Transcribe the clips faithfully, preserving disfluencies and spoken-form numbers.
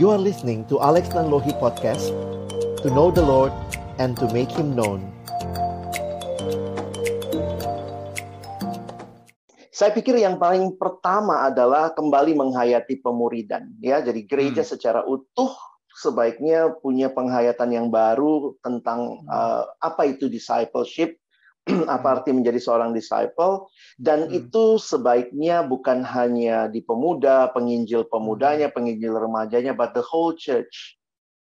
You are listening to Alex Nanlohi Podcast, to know the Lord and to make Him known. Saya pikir yang paling pertama adalah kembali menghayati pemuridan. Ya, jadi gereja hmm. secara utuh sebaiknya punya penghayatan yang baru tentang uh, apa itu discipleship, apa arti menjadi seorang disciple, dan hmm. itu sebaiknya bukan hanya di pemuda, penginjil pemudanya, penginjil remajanya, but the whole church.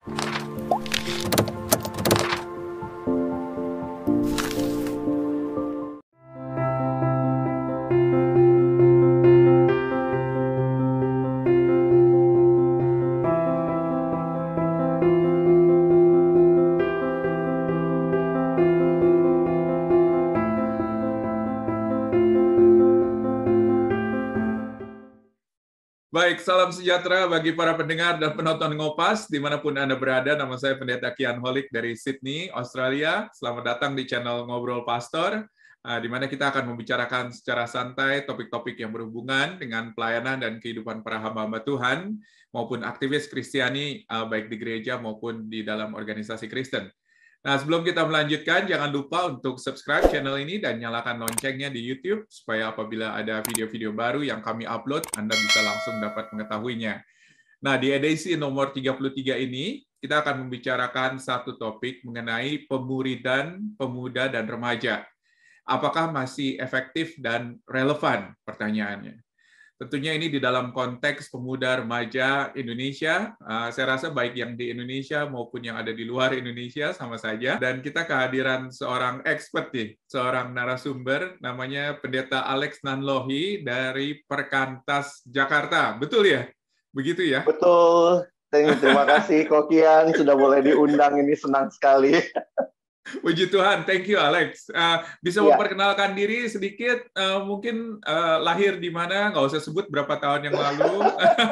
Baik, salam sejahtera bagi para pendengar dan penonton Ngopas, dimanapun Anda berada. Nama saya Pendeta Kian Holik dari Sydney, Australia. Selamat datang di channel Ngobrol Pastor, di mana kita akan membicarakan secara santai topik-topik yang berhubungan dengan pelayanan dan kehidupan para hamba-hamba Tuhan, maupun aktivis Kristiani, baik di gereja maupun di dalam organisasi Kristen. Nah, sebelum kita melanjutkan, jangan lupa untuk subscribe channel ini dan nyalakan loncengnya di YouTube, supaya apabila ada video-video baru yang kami upload, Anda bisa langsung dapat mengetahuinya. Nah, di edisi nomor tiga puluh tiga ini, kita akan membicarakan satu topik mengenai pemuridan pemuda dan remaja. Apakah masih efektif dan relevan? Pertanyaannya. Tentunya ini di dalam konteks pemuda remaja Indonesia. Uh, saya rasa baik yang di Indonesia maupun yang ada di luar Indonesia sama saja. Dan kita kehadiran seorang expert nih, seorang narasumber, namanya Pendeta Alex Nanlohi dari Perkantas Jakarta. Betul ya? Begitu ya? Betul. Terima kasih Kokian sudah boleh diundang, ini senang sekali. Puji Tuhan, thank you Alex. Uh, bisa yeah. memperkenalkan diri sedikit, uh, mungkin uh, lahir di mana, nggak usah sebut berapa tahun yang lalu.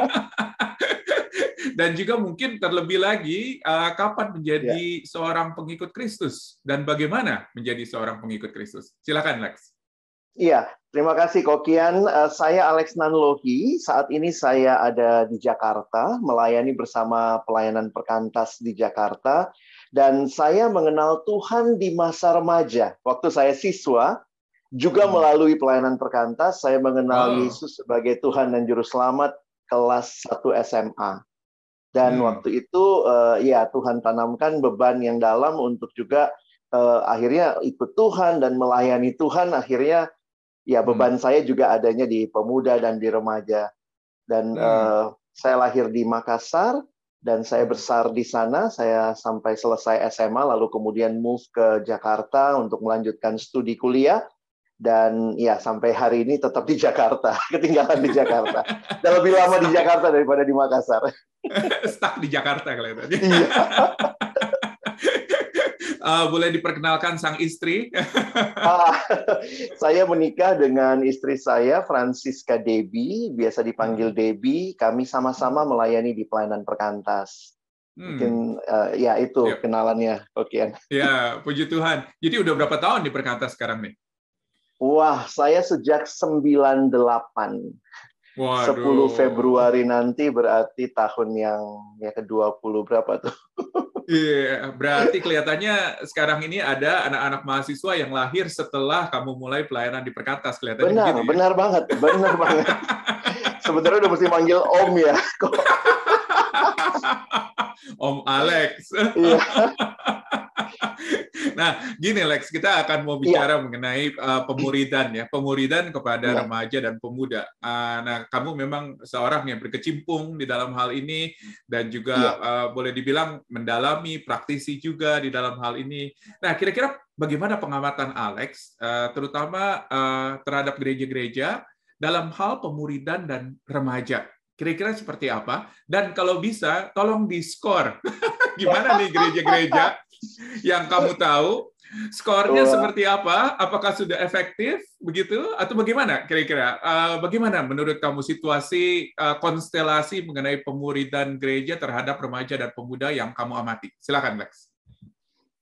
Dan juga mungkin terlebih lagi, uh, kapan menjadi yeah. seorang pengikut Kristus, dan bagaimana menjadi seorang pengikut Kristus. Silakan Alex. Iya, terima kasih Kokian. Uh, saya Alex Nanlohi, saat ini saya ada di Jakarta, melayani bersama pelayanan Perkantas di Jakarta. Dan saya mengenal Tuhan di masa remaja. Waktu saya siswa, juga melalui pelayanan Perkantas, saya mengenal oh. Yesus sebagai Tuhan dan Juru Selamat kelas satu S M A. Dan hmm. waktu itu, uh, ya Tuhan tanamkan beban yang dalam untuk juga uh, akhirnya ikut Tuhan dan melayani Tuhan. Akhirnya, ya beban hmm. saya juga adanya di pemuda dan di remaja. Dan hmm. uh, saya lahir di Makassar, dan saya besar di sana, saya sampai selesai S M A, lalu kemudian move ke Jakarta untuk melanjutkan studi kuliah, dan ya sampai hari ini tetap di Jakarta, ketinggalan di Jakarta. Dan lebih lama di Jakarta daripada di Makassar. Stuck di Jakarta kelihatannya. Iya. Uh, boleh diperkenalkan sang istri? ah, saya menikah dengan istri saya, Francisca Debbie, biasa dipanggil Debbie. Kami sama-sama melayani di pelayanan Perkantas. Hmm. Mungkin uh, ya itu yep. kenalannya, Kokian. Ya, puji Tuhan. Jadi udah berapa tahun di Perkantas sekarang nih? Wah, saya sejak sembilan puluh delapan. Waduh. sepuluh Februari nanti berarti tahun yang ya ke dua puluh berapa tuh? Iya, yeah, berarti kelihatannya sekarang ini ada anak-anak mahasiswa yang lahir setelah kamu mulai pelayanan di Perkantas, kelihatannya benar, begitu, benar ya? banget, benar banget. Sebenarnya udah mesti manggil Om ya. Om Alex. Iya. Nah, gini Lex, kita akan mau bicara yeah. mengenai uh, pemuridan ya, pemuridan kepada yeah. remaja dan pemuda. Uh, nah, kamu memang seorang yang berkecimpung di dalam hal ini dan juga yeah. uh, boleh dibilang mendalami, praktisi juga di dalam hal ini. Nah, kira-kira bagaimana pengamatan Alex, uh, terutama uh, terhadap gereja-gereja dalam hal pemuridan dan remaja? Kira-kira seperti apa? Dan kalau bisa, tolong di-skor. Gimana nih gereja-gereja yang kamu tahu, skornya oh. seperti apa? Apakah sudah efektif begitu atau bagaimana kira-kira? Uh, bagaimana menurut kamu situasi uh, konstelasi mengenai pemuridan gereja terhadap remaja dan pemuda yang kamu amati? Silakan Lex.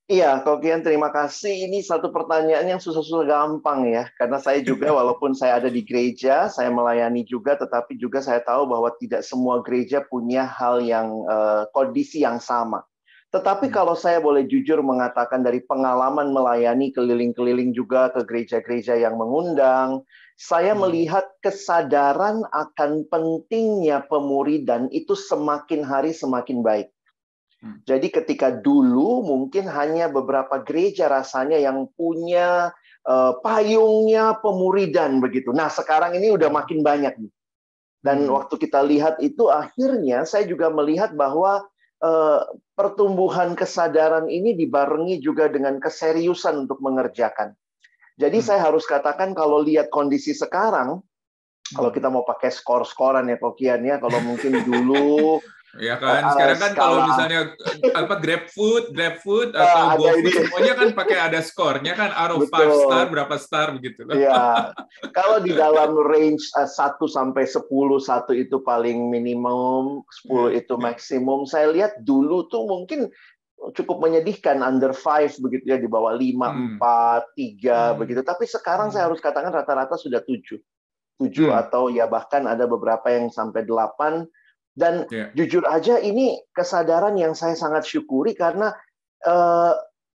Iya, Kokian, terima kasih. Ini satu pertanyaan yang susah-susah gampang ya. Karena saya juga, walaupun saya ada di gereja, saya melayani juga, tetapi juga saya tahu bahwa tidak semua gereja punya hal yang uh, kondisi yang sama. Tetapi Hmm. kalau saya boleh jujur mengatakan dari pengalaman melayani keliling-keliling juga ke gereja-gereja yang mengundang, saya Hmm. melihat kesadaran akan pentingnya pemuridan itu semakin hari semakin baik. Jadi ketika dulu mungkin hanya beberapa gereja rasanya yang punya uh, payungnya pemuridan begitu. Nah sekarang ini udah makin banyak nih. Dan Hmm. waktu kita lihat itu akhirnya saya juga melihat bahwa uh, pertumbuhan kesadaran ini dibarengi juga dengan keseriusan untuk mengerjakan. Jadi Hmm. saya harus katakan kalau lihat kondisi sekarang, kalau kita mau pakai skor-skoran ya Kokian ya, kalau mungkin dulu Ya uh, kan, uh, sekarang kan kalau skala misalnya apa GrabFood, GrabFood uh, atau ada ini. GoFood semuanya kan pakai ada skornya kan, out of five star Betul. berapa star begitu loh. Ya, kalau di dalam range uh, satu sampai sepuluh, satu itu paling minimum, sepuluh Ya, itu ya. maksimum. Saya lihat dulu tuh mungkin cukup menyedihkan, under five begitu ya, di bawah lima, Hmm. empat, tiga Hmm. begitu. Tapi sekarang saya Hmm. harus katakan rata-rata sudah tujuh. tujuh Hmm. atau ya bahkan ada beberapa yang sampai delapan. Dan Ya. jujur aja ini kesadaran yang saya sangat syukuri karena uh,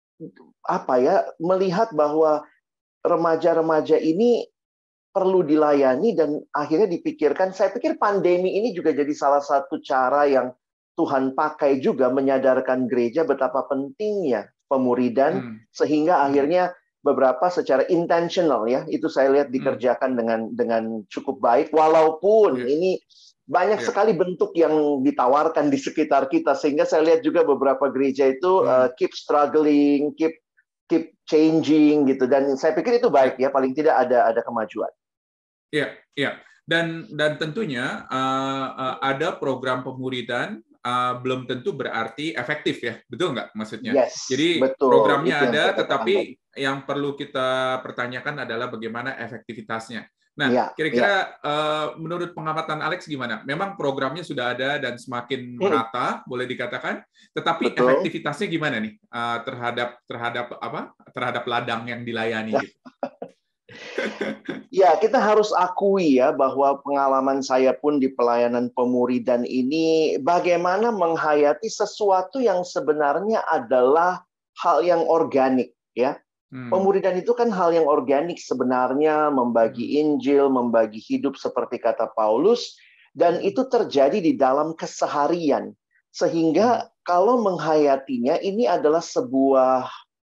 apa ya, melihat bahwa remaja-remaja ini perlu dilayani dan akhirnya dipikirkan, saya pikir pandemi ini juga jadi salah satu cara yang Tuhan pakai juga menyadarkan gereja betapa pentingnya pemuridan, Hmm. sehingga Hmm. akhirnya beberapa secara intentional ya, itu saya lihat Hmm. dikerjakan dengan dengan cukup baik, walaupun Ya. ini banyak Ya. sekali bentuk yang ditawarkan di sekitar kita, sehingga saya lihat juga beberapa gereja itu Hmm. uh, keep struggling, keep keep changing gitu, dan saya pikir itu baik Ya. ya, paling tidak ada ada kemajuan. Iya, iya. Dan dan tentunya uh, uh, ada program pemuridan uh, belum tentu berarti efektif ya, betul nggak maksudnya? Yes, Jadi betul. Itu programnya yang saya ada, katakan tadi. tetapi yang perlu kita pertanyakan adalah bagaimana efektivitasnya. Nah, Iya, iya. kira-kira uh, menurut pengamatan Alex gimana? Memang programnya sudah ada dan semakin Hmm, merata, boleh dikatakan, tetapi betul. efektivitasnya gimana nih uh, terhadap terhadap apa? Terhadap ladang yang dilayani gitu. Ya, kita harus akui ya bahwa pengalaman saya pun di pelayanan pemuridan ini bagaimana menghayati sesuatu yang sebenarnya adalah hal yang organik ya. Hmm. Pemuridan itu kan hal yang organik sebenarnya, membagi Hmm. Injil, membagi hidup seperti kata Paulus, dan itu terjadi di dalam keseharian. Sehingga kalau menghayatinya ini adalah sebuah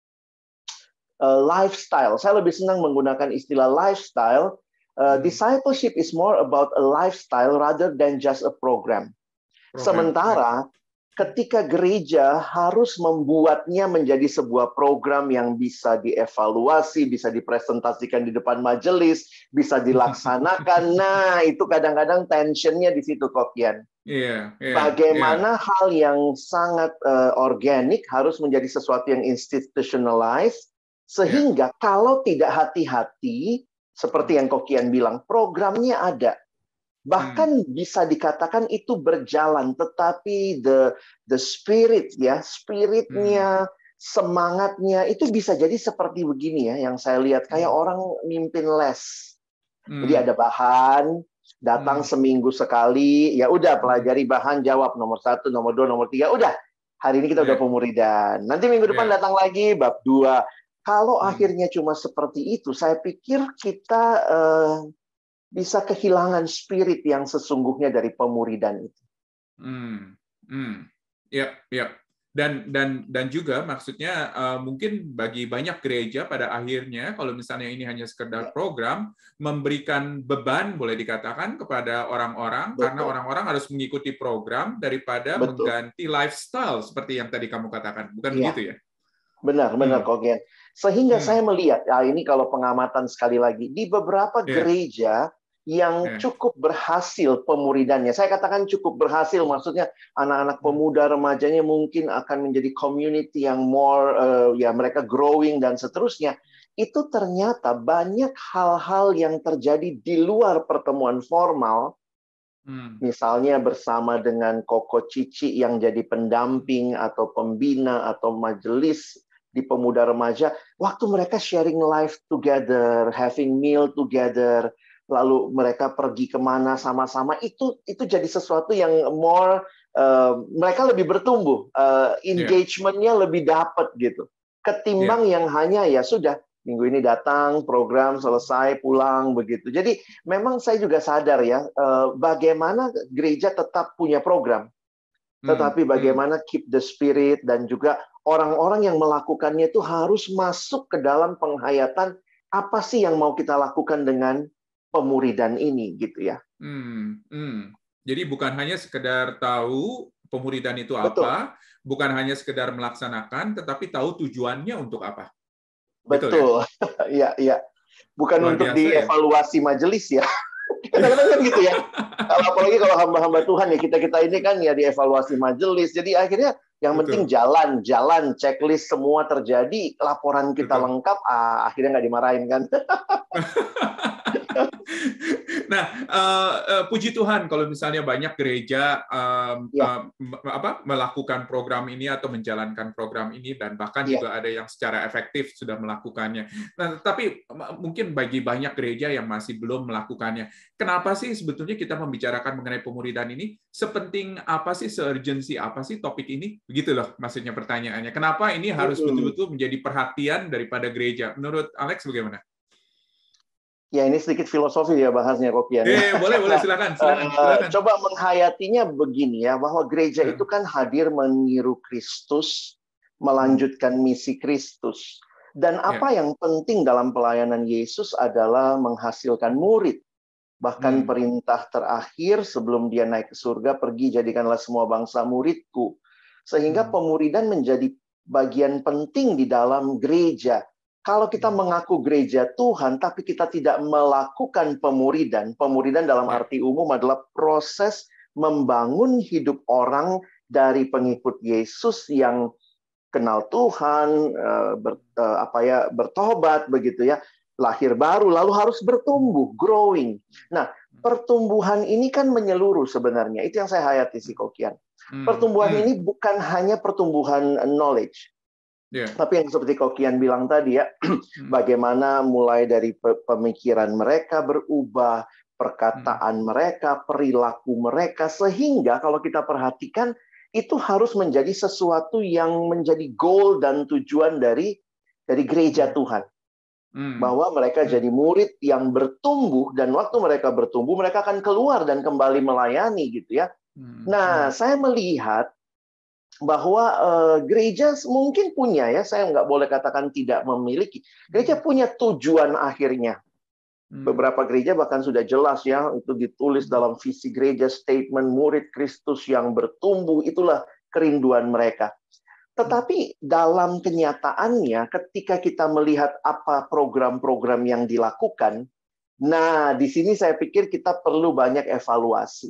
Uh, lifestyle. Saya lebih senang menggunakan istilah lifestyle. Uh, Hmm. discipleship is more about a lifestyle rather than just a program. Program. Sementara ketika gereja harus membuatnya menjadi sebuah program yang bisa dievaluasi, bisa dipresentasikan di depan majelis, bisa dilaksanakan. Nah, itu kadang-kadang tensionnya di situ, Kokian. Yeah, yeah, Bagaimana yeah. hal yang sangat uh, organik harus menjadi sesuatu yang institutionalized, sehingga yeah. kalau tidak hati-hati, seperti yang Kokian bilang, programnya ada. Bahkan hmm. bisa dikatakan itu berjalan, tetapi the the spirit ya, spiritnya, hmm. semangatnya itu bisa jadi seperti begini ya, yang saya lihat kayak hmm. orang mimpin les. Hmm. Jadi ada bahan, datang hmm. seminggu sekali, ya udah pelajari bahan, jawab nomor satu, nomor dua, nomor tiga, udah. Hari ini kita yeah. udah pemuridan. Nanti minggu depan yeah. datang lagi bab dua. Kalau hmm. akhirnya cuma seperti itu, saya pikir kita uh, bisa kehilangan spirit yang sesungguhnya dari pemuridan itu. Hmm, hmm, ya, ya. Dan dan dan juga maksudnya uh, mungkin bagi banyak gereja pada akhirnya kalau misalnya ini hanya sekedar program memberikan beban boleh dikatakan kepada orang-orang karena orang-orang harus mengikuti program daripada Betul. mengganti lifestyle seperti yang tadi kamu katakan, bukan ya. begitu ya? Benar, benar hmm. Kokian. Sehingga hmm. saya melihat, ya ini kalau pengamatan sekali lagi di beberapa yeah. gereja yang cukup berhasil pemuridannya. Saya katakan cukup berhasil, maksudnya anak-anak pemuda remajanya mungkin akan menjadi community yang more, uh, ya mereka growing dan seterusnya. Itu ternyata banyak hal-hal yang terjadi di luar pertemuan formal, hmm. misalnya bersama dengan Koko Cici yang jadi pendamping atau pembina atau majelis di pemuda remaja, waktu mereka sharing life together, having meal together, lalu mereka pergi kemana sama-sama, itu itu jadi sesuatu yang more, uh, mereka lebih bertumbuh, uh, engagement-nya lebih dapat gitu, ketimbang yeah. yang hanya ya sudah minggu ini datang, program selesai, pulang begitu. Jadi memang saya juga sadar ya, uh, bagaimana gereja tetap punya program, tetapi bagaimana keep the spirit, dan juga orang-orang yang melakukannya itu harus masuk ke dalam penghayatan apa sih yang mau kita lakukan dengan pemuridan ini gitu ya. Hmm, hmm. Jadi bukan hanya sekedar tahu pemuridan itu Betul. apa, bukan hanya sekedar melaksanakan, tetapi tahu tujuannya untuk apa. Betul. Iya, iya. Bukan Luar untuk biasa, dievaluasi ya? Majelis ya. Kadang-kadang kan gitu ya. Kalau apalagi kalau hamba-hamba Tuhan ya, kita-kita ini kan ya dievaluasi majelis. Jadi akhirnya yang Betul. penting jalan, jalan, checklist semua terjadi, laporan kita Betul. lengkap, ah, akhirnya nggak dimarahin kan. Nah, uh, uh, puji Tuhan kalau misalnya banyak gereja um, ya. uh, apa, melakukan program ini atau menjalankan program ini, dan bahkan ya. juga ada yang secara efektif sudah melakukannya. Nah, tapi mungkin bagi banyak gereja yang masih belum melakukannya, kenapa sih sebetulnya kita membicarakan mengenai pemuridan ini? Sepenting apa sih, se-urgency apa sih topik ini? Begitu loh maksudnya pertanyaannya. Kenapa ini harus betul-betul menjadi perhatian daripada gereja? Menurut Alex bagaimana? Ya, ini sedikit filosofi ya bahasnya, Kopian. Eh, boleh, boleh, silakan, silakan, silakan. Coba menghayatinya begini ya, bahwa gereja itu kan hadir meniru Kristus, melanjutkan misi Kristus. Dan apa yeah. yang penting dalam pelayanan Yesus adalah menghasilkan murid. Bahkan hmm. perintah terakhir sebelum dia naik ke surga, pergi jadikanlah semua bangsa muridku. Sehingga hmm. pemuridan menjadi bagian penting di dalam gereja. Kalau kita mengaku gereja Tuhan, tapi kita tidak melakukan pemuridan, pemuridan dalam arti umum adalah proses membangun hidup orang dari pengikut Yesus yang kenal Tuhan, ber, apa ya, bertobat begitu ya, lahir baru, lalu harus bertumbuh, growing. Nah, pertumbuhan ini kan menyeluruh sebenarnya. Itu yang saya hayati si Kokian. Pertumbuhan ini bukan hanya pertumbuhan knowledge. Yeah. Tapi yang seperti Kokian bilang tadi ya, bagaimana mulai dari pemikiran mereka berubah, perkataan hmm. mereka, perilaku mereka, sehingga kalau kita perhatikan, itu harus menjadi sesuatu yang menjadi goal dan tujuan dari dari gereja Tuhan. Hmm. Bahwa mereka hmm. jadi murid yang bertumbuh, dan waktu mereka bertumbuh, mereka akan keluar dan kembali melayani gitu ya. Hmm. Nah, hmm. saya melihat bahwa uh, gereja mungkin punya ya, saya nggak boleh katakan tidak memiliki. Gereja punya tujuan akhirnya. Beberapa gereja bahkan sudah jelas ya, itu ditulis dalam visi gereja, statement murid Kristus yang bertumbuh, itulah kerinduan mereka. Tetapi dalam kenyataannya, ketika kita melihat apa program-program yang dilakukan, nah di sini saya pikir kita perlu banyak evaluasi.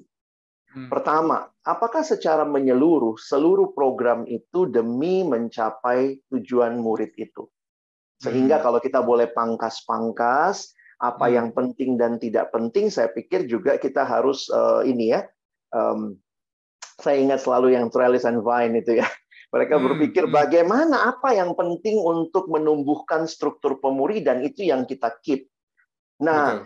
Pertama, apakah secara menyeluruh seluruh program itu demi mencapai tujuan murid itu? Sehingga hmm. kalau kita boleh pangkas-pangkas apa hmm. yang penting dan tidak penting, saya pikir juga kita harus uh, ini ya. Um, saya ingat selalu yang Trellis and Vine itu ya. Mereka hmm. berpikir bagaimana apa yang penting untuk menumbuhkan struktur pemuridan, itu yang kita keep. Nah,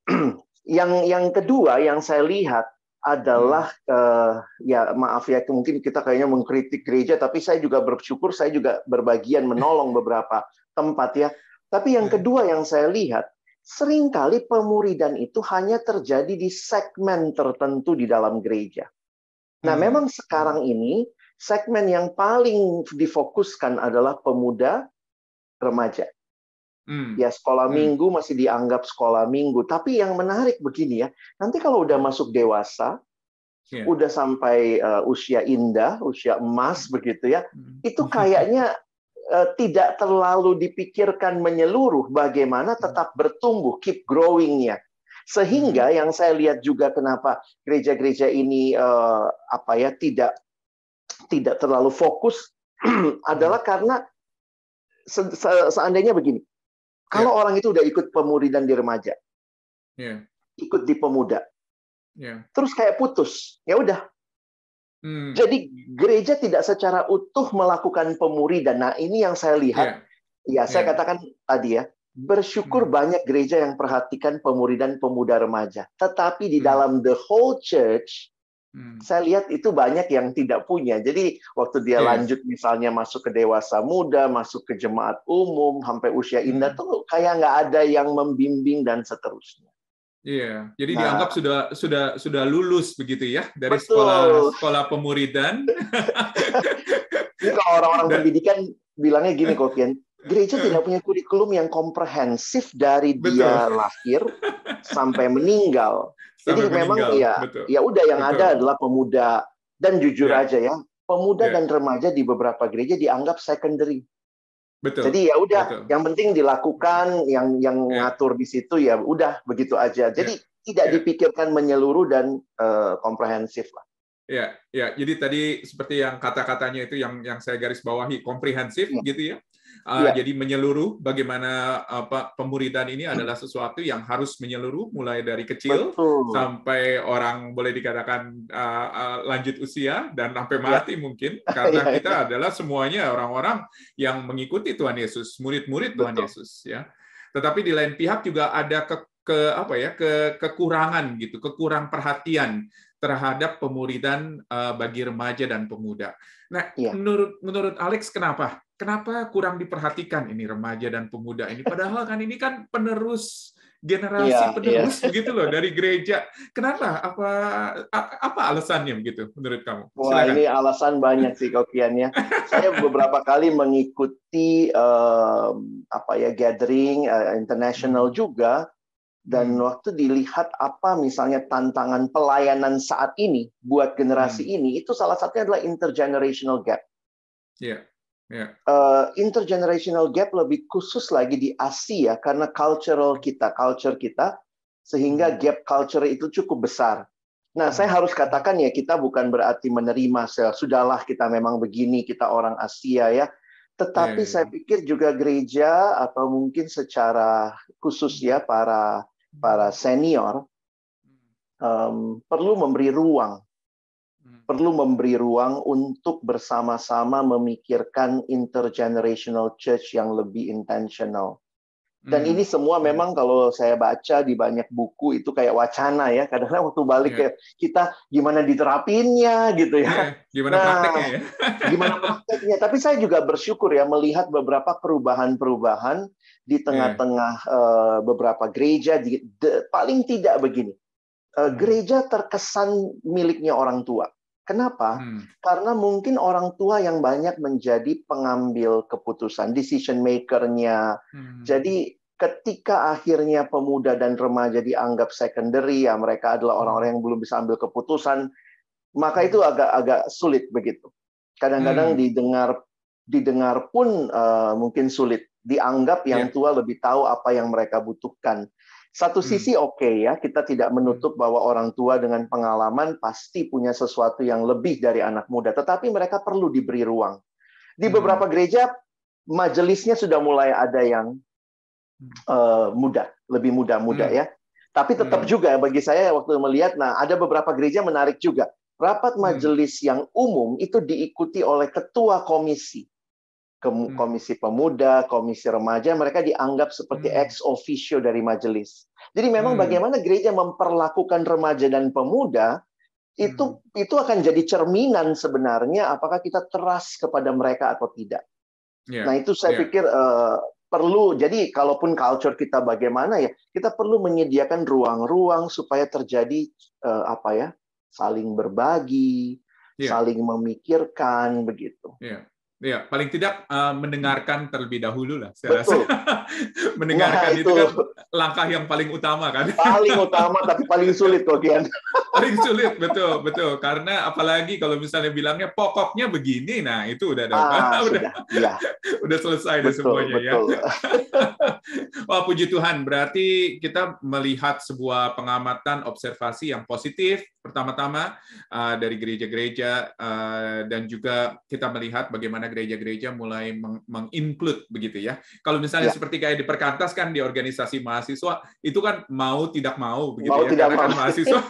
yang yang kedua yang saya lihat adalah hmm. uh, ya maaf ya, mungkin kita kayaknya mengkritik gereja, tapi saya juga bersyukur saya juga berbagian menolong beberapa tempat ya. Tapi yang kedua yang saya lihat, seringkali pemuridan itu hanya terjadi di segmen tertentu di dalam gereja. Nah, hmm. memang sekarang ini segmen yang paling difokuskan adalah pemuda remaja. Hmm. Ya, sekolah hmm. minggu masih dianggap sekolah minggu. Tapi yang menarik begini ya, nanti kalau udah masuk dewasa, yeah. udah sampai uh, usia indah, usia emas begitu ya, hmm. itu kayaknya uh, tidak terlalu dipikirkan menyeluruh bagaimana tetap bertumbuh, keep growing-nya. Sehingga hmm. yang saya lihat juga kenapa gereja-gereja ini uh, apa ya tidak tidak terlalu fokus adalah karena se se seandainya begini. Kalau yeah. orang itu udah ikut pemuridan di remaja, yeah. ikut di pemuda, yeah. terus kayak putus, ya udah, Hmm. Jadi gereja tidak secara utuh melakukan pemuridan. Nah, ini yang saya lihat. Yeah. Ya, saya Yeah. katakan tadi ya, bersyukur Hmm. banyak gereja yang perhatikan pemuridan pemuda remaja. Tetapi di Hmm. dalam the whole church, Hmm. saya lihat itu banyak yang tidak punya. Jadi waktu dia Yeah. lanjut misalnya masuk ke dewasa muda, masuk ke jemaat umum, sampai usia indah, Hmm. tuh kayak nggak ada yang membimbing dan seterusnya. Iya, jadi Nah, dianggap sudah sudah sudah lulus begitu ya dari betul. sekolah sekolah pemuridan. Ini kalau orang-orang Dan, pendidikan bilangnya gini kok, Kian, gereja tidak punya kurikulum yang komprehensif dari betul. dia lahir sampai meninggal. Sampai Jadi memang meninggal. ya Betul. ya udah yang Betul. ada adalah pemuda, dan jujur Yeah. aja ya, pemuda Yeah. dan remaja di beberapa gereja dianggap secondary. Betul. Jadi ya udah, Betul. yang penting dilakukan, yang yang Yeah. ngatur di situ ya udah begitu aja. Jadi Yeah. tidak Yeah. dipikirkan menyeluruh dan uh, komprehensif lah. Ya, ya. Jadi tadi seperti yang kata-katanya itu yang yang saya garis bawahi, komprehensif Ya. gitu ya. Uh, Ya. Jadi menyeluruh, bagaimana apa pemuridan ini adalah sesuatu yang harus menyeluruh mulai dari kecil Betul. sampai orang boleh dikatakan uh, uh, lanjut usia dan sampai Ya. mati mungkin, karena Ya, kita ya. adalah semuanya orang-orang yang mengikuti Tuhan Yesus, murid-murid Tuhan Betul. Yesus ya. Tetapi di lain pihak juga ada ke, ke apa ya ke kekurangan gitu, kekurang perhatian terhadap pemuridan uh, bagi remaja dan pemuda. Nah, Ya. menurut menurut Alex kenapa? Kenapa kurang diperhatikan ini remaja dan pemuda ini? Padahal kan ini kan penerus generasi Ya, penerus ya. begitu loh dari gereja. Kenapa? Apa apa alasannya begitu menurut kamu? Wah, Silakan. ini alasan banyak sih Kokian ya. Saya beberapa kali mengikuti uh, apa ya gathering uh, internasional Hmm. juga. Dan Hmm. waktu dilihat apa misalnya tantangan pelayanan saat ini buat generasi Hmm. ini, itu salah satunya adalah intergenerational gap. Yeah. Yeah. Uh, intergenerational gap lebih khusus lagi di Asia karena cultural kita, culture kita, sehingga Hmm. gap culture itu cukup besar. Nah, Hmm. saya harus katakan ya, kita bukan berarti menerima, sudahlah kita memang begini, kita orang Asia ya. Tetapi Yeah. saya pikir juga gereja atau mungkin secara khusus ya para para senior um, perlu memberi ruang, perlu memberi ruang untuk bersama-sama memikirkan intergenerational church yang lebih intentional. Dan ini semua memang kalau saya baca di banyak buku itu kayak wacana ya. Kadang-kadang waktu balik Yeah. ke kita gimana diterapinnya gitu ya. Yeah. Gimana nah, prakteknya ya? Gimana prakteknya. Tapi saya juga bersyukur ya melihat beberapa perubahan-perubahan di tengah-tengah uh, beberapa gereja. Di, de, paling tidak begini. Uh, gereja terkesan miliknya orang tua. Kenapa? Hmm. Karena mungkin orang tua yang banyak menjadi pengambil keputusan, decision maker-nya. Hmm. Jadi ketika akhirnya pemuda dan remaja dianggap secondary, ya mereka adalah orang-orang yang belum bisa ambil keputusan, maka itu agak-agak sulit begitu. Kadang-kadang hmm. didengar didengar pun uh, mungkin sulit. Dianggap yang yeah. tua lebih tahu apa yang mereka butuhkan. Satu sisi hmm. oke okay, ya, kita tidak menutup bahwa orang tua dengan pengalaman pasti punya sesuatu yang lebih dari anak muda, tetapi mereka perlu diberi ruang. Di beberapa hmm. gereja, majelisnya sudah mulai ada yang uh, muda, lebih muda-muda hmm. ya. Tapi tetap hmm. juga bagi saya waktu melihat, nah ada beberapa gereja menarik juga. Rapat majelis hmm. yang umum itu diikuti oleh ketua komisi. Komisi pemuda, komisi remaja, mereka dianggap seperti hmm. ex officio dari majelis. Jadi memang hmm. bagaimana gereja memperlakukan remaja dan pemuda, itu hmm. itu akan jadi cerminan sebenarnya apakah kita trust kepada mereka atau tidak. Yeah. Nah itu saya yeah. pikir uh, perlu, jadi kalaupun culture kita bagaimana ya, kita perlu menyediakan ruang-ruang supaya terjadi uh, apa ya, saling berbagi, yeah. saling memikirkan, begitu. Yeah. Ya, paling tidak uh, mendengarkan terlebih dahulu lah. Saya Betul. rasa mendengarkan nah, itu. itu kan langkah yang paling utama kan. Paling utama tapi paling sulit kok Kian. Paling sulit, betul, betul. Karena apalagi kalau misalnya bilangnya pokoknya begini, nah itu udah dapat, ah, udah, ya. udah selesai betul, semuanya betul. ya. Wah, puji Tuhan. Berarti kita melihat sebuah pengamatan observasi yang positif pertama-tama uh, dari gereja-gereja uh, dan juga kita melihat bagaimana gereja-gereja mulai meng-include begitu ya. Kalau misalnya ya. seperti kayak di Perkantas kan di organisasi mahasiswa itu kan mau tidak mau begitu mau ya. Tidak Karena mau. kan mahasiswa mahasiswa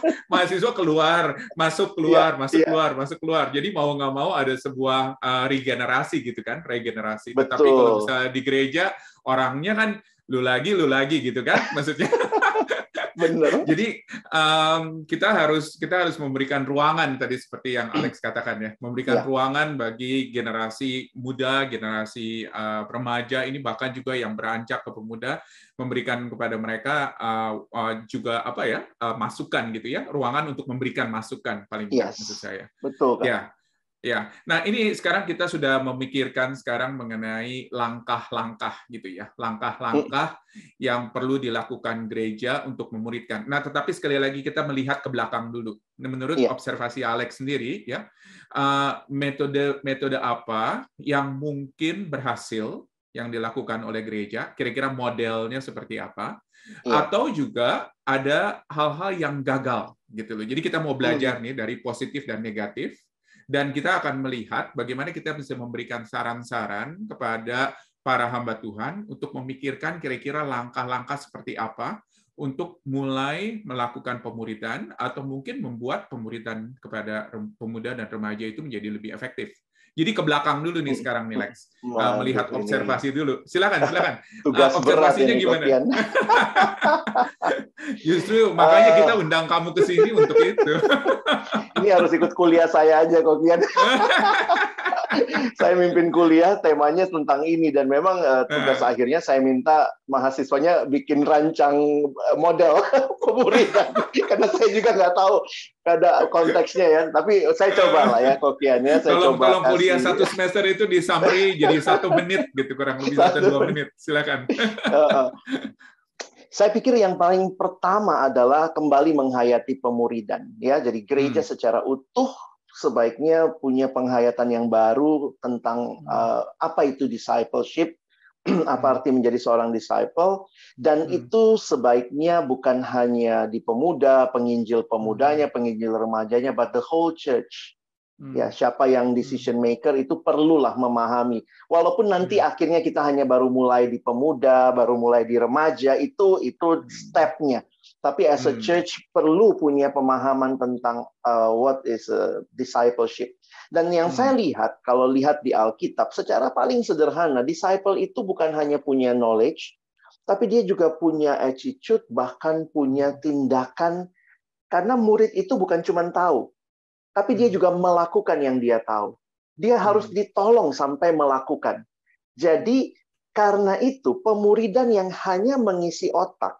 mahasiswa keluar, masuk keluar, Iya, masuk iya, keluar, masuk keluar. Jadi mau nggak mau ada sebuah uh, regenerasi gitu kan, regenerasi. Tetapi kalau betul. misalnya di gereja orangnya kan lu lagi, lu lagi gitu kan, maksudnya. Bener. Jadi um, kita harus kita harus memberikan ruangan tadi seperti yang Alex katakan ya, memberikan Ya. ruangan bagi generasi muda, generasi uh, remaja ini bahkan juga yang beranjak ke pemuda, memberikan kepada mereka uh, uh, juga apa ya uh, masukan gitu ya, ruangan untuk memberikan masukan paling tidak Yes. maksud saya. Betul, Kak. Ya. Ya, nah ini sekarang kita sudah memikirkan sekarang mengenai langkah-langkah gitu ya, langkah-langkah yang perlu dilakukan gereja untuk memuridkan. Nah, tetapi sekali lagi kita melihat ke belakang dulu. Menurut Iya. observasi Alex sendiri, ya metode metode apa yang mungkin berhasil yang dilakukan oleh gereja? Kira-kira modelnya seperti apa? Iya. Atau juga ada hal-hal yang gagal gitu loh. Jadi kita mau belajar nih dari positif dan negatif. Dan kita akan melihat bagaimana kita bisa memberikan saran-saran kepada para hamba Tuhan untuk memikirkan kira-kira langkah-langkah seperti apa untuk mulai melakukan pemuridan atau mungkin membuat pemuridan kepada pemuda dan remaja itu menjadi lebih efektif. Jadi ke belakang dulu nih sekarang nih Lex, Waduh, melihat ini observasi dulu. Silakan, silakan. tugas Observasinya berat ini, gimana? Kokian. Justru makanya kita undang kamu ke sini untuk itu. Ini harus ikut kuliah saya aja, Kokian. Saya mimpin kuliah, temanya tentang ini, dan memang uh, tugas uh. akhirnya saya minta mahasiswanya bikin rancang model pemuridan, karena saya juga nggak tahu ada konteksnya ya. Tapi saya coba lah ya, Kokian ya. Saya tolong, coba tolong kasih. Kuliah satu semester itu di summary jadi satu menit gitu, kurang lebih satu dua menit. Silakan. uh, uh. Saya pikir yang paling pertama adalah kembali menghayati pemuridan, ya. Jadi gereja hmm. secara utuh sebaiknya punya penghayatan yang baru tentang uh, apa itu discipleship, apa arti menjadi seorang disciple, dan hmm. itu sebaiknya bukan hanya di pemuda, penginjil pemudanya, hmm. penginjil remajanya, but the whole church. Hmm. Ya, siapa yang decision maker itu perlulah memahami. Walaupun nanti hmm. akhirnya kita hanya baru mulai di pemuda, baru mulai di remaja, itu itu stepnya. Tapi as a church perlu punya pemahaman tentang uh, what is a discipleship. Dan yang hmm. saya lihat, kalau lihat di Alkitab, secara paling sederhana, disciple itu bukan hanya punya knowledge, tapi dia juga punya attitude, bahkan punya tindakan. Karena murid itu bukan cuma tahu, tapi dia juga melakukan yang dia tahu. Dia harus ditolong sampai melakukan. Jadi, karena itu, pemuridan yang hanya mengisi otak,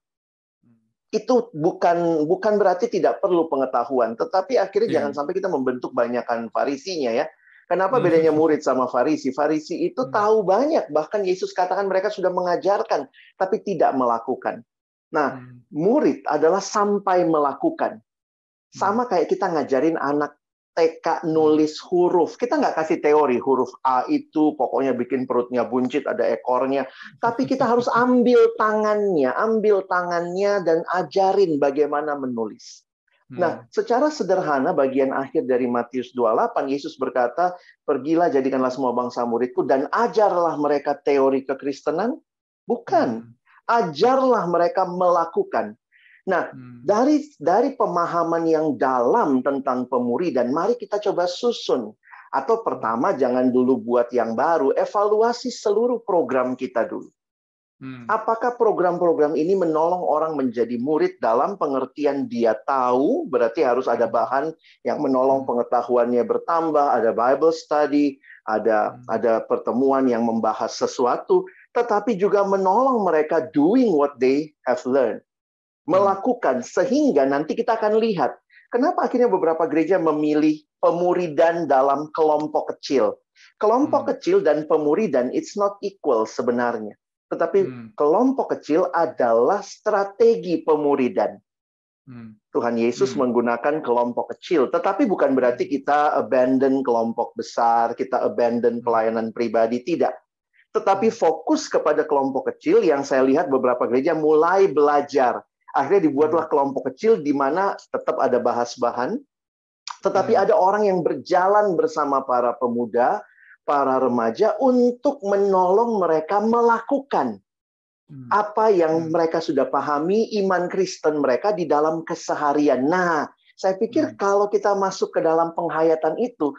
itu bukan bukan berarti tidak perlu pengetahuan, tetapi akhirnya yeah. jangan sampai kita membentuk banyakan farisinya ya. Kenapa bedanya murid sama farisi? Farisi itu tahu banyak, bahkan Yesus katakan mereka sudah mengajarkan, tapi tidak melakukan. Nah, murid adalah sampai melakukan. Sama kayak kita ngajarin anak T K nulis huruf. Kita nggak kasih teori huruf A itu pokoknya bikin perutnya buncit, ada ekornya. Tapi kita harus ambil tangannya, ambil tangannya dan ajarin bagaimana menulis. Nah, secara sederhana bagian akhir dari Matius dua puluh delapan, Yesus berkata, pergilah jadikanlah semua bangsa muridku dan ajarlah mereka teori kekristenan. Bukan. Ajarlah mereka melakukan. Nah, hmm. dari dari pemahaman yang dalam tentang pemuridan, mari kita coba susun. Atau pertama, jangan dulu buat yang baru, evaluasi seluruh program kita dulu. Hmm. Apakah program-program ini menolong orang menjadi murid dalam pengertian dia tahu, berarti harus ada bahan yang menolong pengetahuannya bertambah, ada Bible study, ada hmm. ada pertemuan yang membahas sesuatu, tetapi juga menolong mereka doing what they have learned. Melakukan, sehingga nanti kita akan lihat kenapa akhirnya beberapa gereja memilih pemuridan dalam kelompok kecil. Kelompok hmm. kecil dan pemuridan it's not equal sebenarnya. Tetapi hmm. kelompok kecil adalah strategi pemuridan. Hmm. Tuhan Yesus hmm. menggunakan kelompok kecil, tetapi bukan berarti kita abandon kelompok besar, kita abandon pelayanan pribadi, tidak. Tetapi fokus kepada kelompok kecil yang saya lihat beberapa gereja mulai belajar. Akhirnya dibuatlah kelompok kecil di mana tetap ada bahas bahan, tetapi hmm. ada orang yang berjalan bersama para pemuda, para remaja untuk menolong mereka melakukan hmm. apa yang hmm. mereka sudah pahami, iman Kristen mereka di dalam keseharian. Nah, Saya pikir Hmm. kalau kita masuk ke dalam penghayatan itu,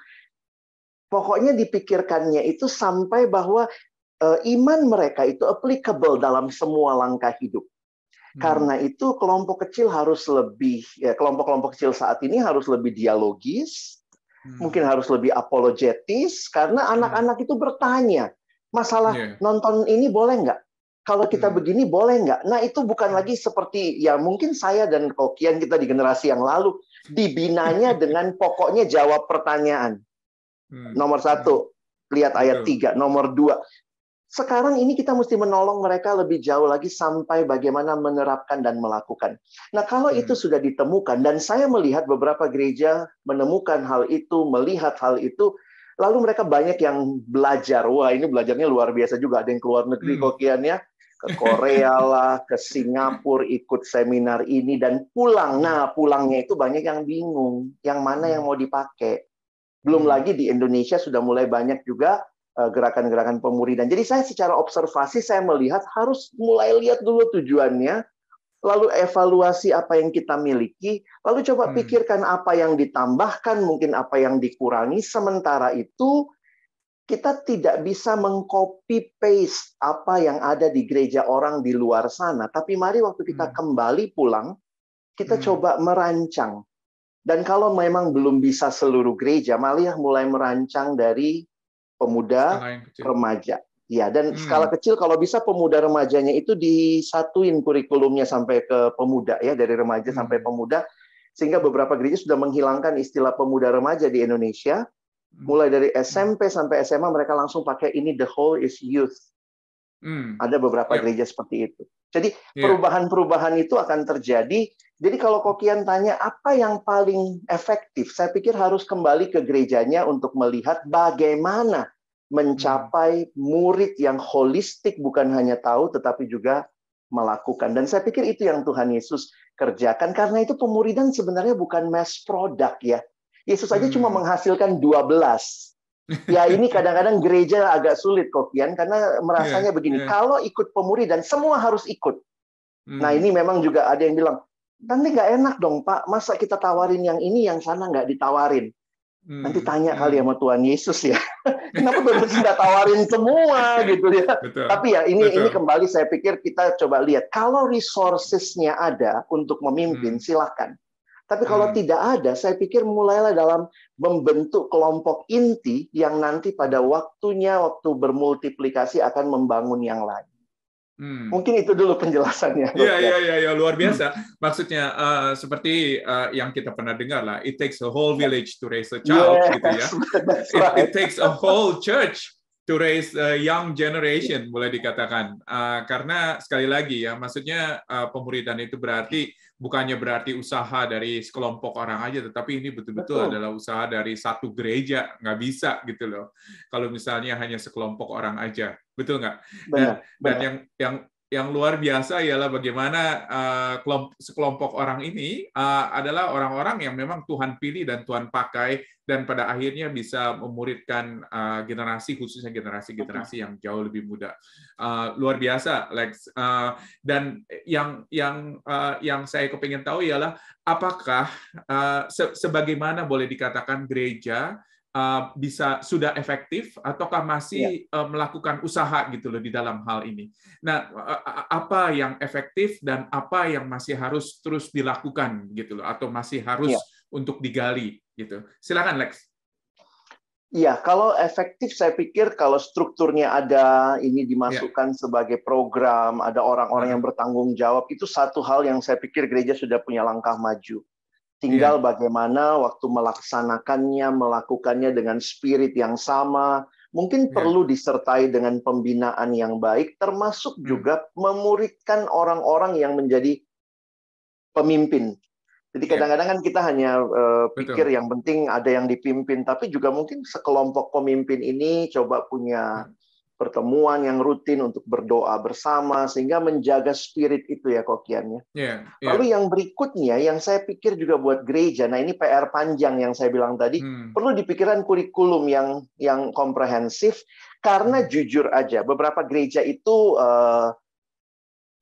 pokoknya dipikirkannya itu sampai bahwa uh, iman mereka itu applicable dalam semua langkah hidup. Hmm. Karena itu kelompok kecil harus lebih, ya, kelompok-kelompok kecil saat ini harus lebih dialogis, hmm. mungkin harus lebih apologetis, karena anak-anak hmm. itu bertanya, masalah yeah. nonton ini boleh nggak? Kalau kita hmm. begini boleh nggak? Nah itu bukan lagi seperti, ya mungkin saya dan Kokian kita di generasi yang lalu, dibinanya dengan pokoknya jawab pertanyaan. Hmm. Nomor satu, hmm. lihat ayat tiga. Nomor dua, sekarang ini kita mesti menolong mereka lebih jauh lagi sampai bagaimana menerapkan dan melakukan. Nah, kalau hmm. itu sudah ditemukan, dan saya melihat beberapa gereja menemukan hal itu, melihat hal itu, lalu mereka banyak yang belajar. Wah, ini belajarnya luar biasa juga. Ada yang keluar negeri hmm. Kokiannya, ke Korea lah, ke Singapura, ikut seminar ini, dan pulang. Nah, pulangnya itu banyak yang bingung. Yang mana yang mau dipakai. Belum hmm. lagi di Indonesia sudah mulai banyak juga gerakan-gerakan pemuridan. Jadi saya secara observasi saya melihat harus mulai lihat dulu tujuannya, lalu evaluasi apa yang kita miliki, lalu coba hmm. pikirkan apa yang ditambahkan, mungkin apa yang dikurangi. Sementara itu kita tidak bisa mengcopy paste apa yang ada di gereja orang di luar sana. Tapi mari waktu kita hmm. kembali pulang, kita hmm. coba merancang. Dan kalau memang belum bisa seluruh gereja, malah mulai merancang dari pemuda, remaja. Ya, dan hmm. skala kecil kalau bisa pemuda remajanya itu disatuin kurikulumnya sampai ke pemuda ya, dari remaja hmm. sampai pemuda, sehingga beberapa gereja sudah menghilangkan istilah pemuda remaja di Indonesia. Mulai dari S M P hmm. sampai S M A mereka langsung pakai ini, the whole is youth. Hmm. Ada beberapa yep. gereja seperti itu. Jadi perubahan-perubahan itu akan terjadi. Jadi kalau Kokian tanya apa yang paling efektif, saya pikir harus kembali ke gerejanya untuk melihat bagaimana mencapai hmm. murid yang holistik, bukan hanya tahu tetapi juga melakukan. Dan saya pikir itu yang Tuhan Yesus kerjakan, karena itu pemuridan sebenarnya bukan mass product ya. Yesus aja hmm. cuma menghasilkan dua belas. Ya ini kadang-kadang gereja agak sulit Kokian, karena merasanya yeah, begini, yeah. kalau ikut pemuridan semua harus ikut. Hmm. Nah ini memang juga ada yang bilang, nanti nggak enak dong Pak, masa kita tawarin yang ini, yang sana nggak ditawarin. Hmm. Nanti tanya hmm. kali sama Tuhan Yesus ya, kenapa Tuhan Yesus nggak tawarin semua gitu ya. Betul. Tapi ya ini Betul. ini kembali saya pikir kita coba lihat, kalau resources-nya ada untuk memimpin, hmm. silahkan. Tapi kalau hmm. tidak ada, saya pikir mulailah dalam membentuk kelompok inti yang nanti pada waktunya, waktu bermultiplikasi akan membangun yang lain. Hmm. Mungkin itu dulu penjelasannya. Iya, iya, iya, ya, luar biasa. Maksudnya uh, seperti uh, yang kita pernah dengar lah, it takes a whole village to raise a child, yes, gitu ya. Right. It, it takes a whole church to raise a young generation, boleh dikatakan. Uh, karena sekali lagi ya, maksudnya uh, pemuridan itu berarti bukannya berarti usaha dari sekelompok orang aja, tetapi ini betul-betul adalah usaha dari satu gereja, nggak bisa gitu loh. Kalau misalnya hanya sekelompok orang aja, betul nggak? Dan, benar, dan benar. yang yang yang luar biasa ialah bagaimana uh, kelompok, sekelompok orang ini uh, adalah orang-orang yang memang Tuhan pilih dan Tuhan pakai, dan pada akhirnya bisa memuridkan uh, generasi, khususnya generasi-generasi yang jauh lebih muda. Uh, luar biasa, Lex. Uh, dan yang yang uh, yang saya kepingin tahu ialah apakah uh, se sebagaimana boleh dikatakan gereja Uh, bisa sudah efektif ataukah masih yeah. uh, melakukan usaha gitu loh di dalam hal ini. Nah, uh, apa yang efektif dan apa yang masih harus terus dilakukan gitu loh, atau masih harus yeah. untuk digali gitu. Silakan Lex. Iya, kalau efektif saya pikir kalau strukturnya ada, ini dimasukkan yeah. sebagai program, ada orang-orang uh. yang bertanggung jawab, itu satu hal yang saya pikir gereja sudah punya langkah maju. Tinggal yeah. bagaimana waktu melaksanakannya, melakukannya dengan spirit yang sama. Mungkin yeah. perlu disertai dengan pembinaan yang baik, termasuk hmm. juga memuridkan orang-orang yang menjadi pemimpin. Jadi kadang-kadang kan kita hanya uh, pikir Betul. yang penting ada yang dipimpin, tapi juga mungkin sekelompok pemimpin ini coba punya hmm. pertemuan yang rutin untuk berdoa bersama, sehingga menjaga spirit itu ya Kokiannya. Yeah, yeah. Lalu yang berikutnya, yang saya pikir juga buat gereja, nah ini P R panjang yang saya bilang tadi, hmm. perlu dipikirkan kurikulum yang yang komprehensif, karena hmm. jujur aja, beberapa gereja itu uh,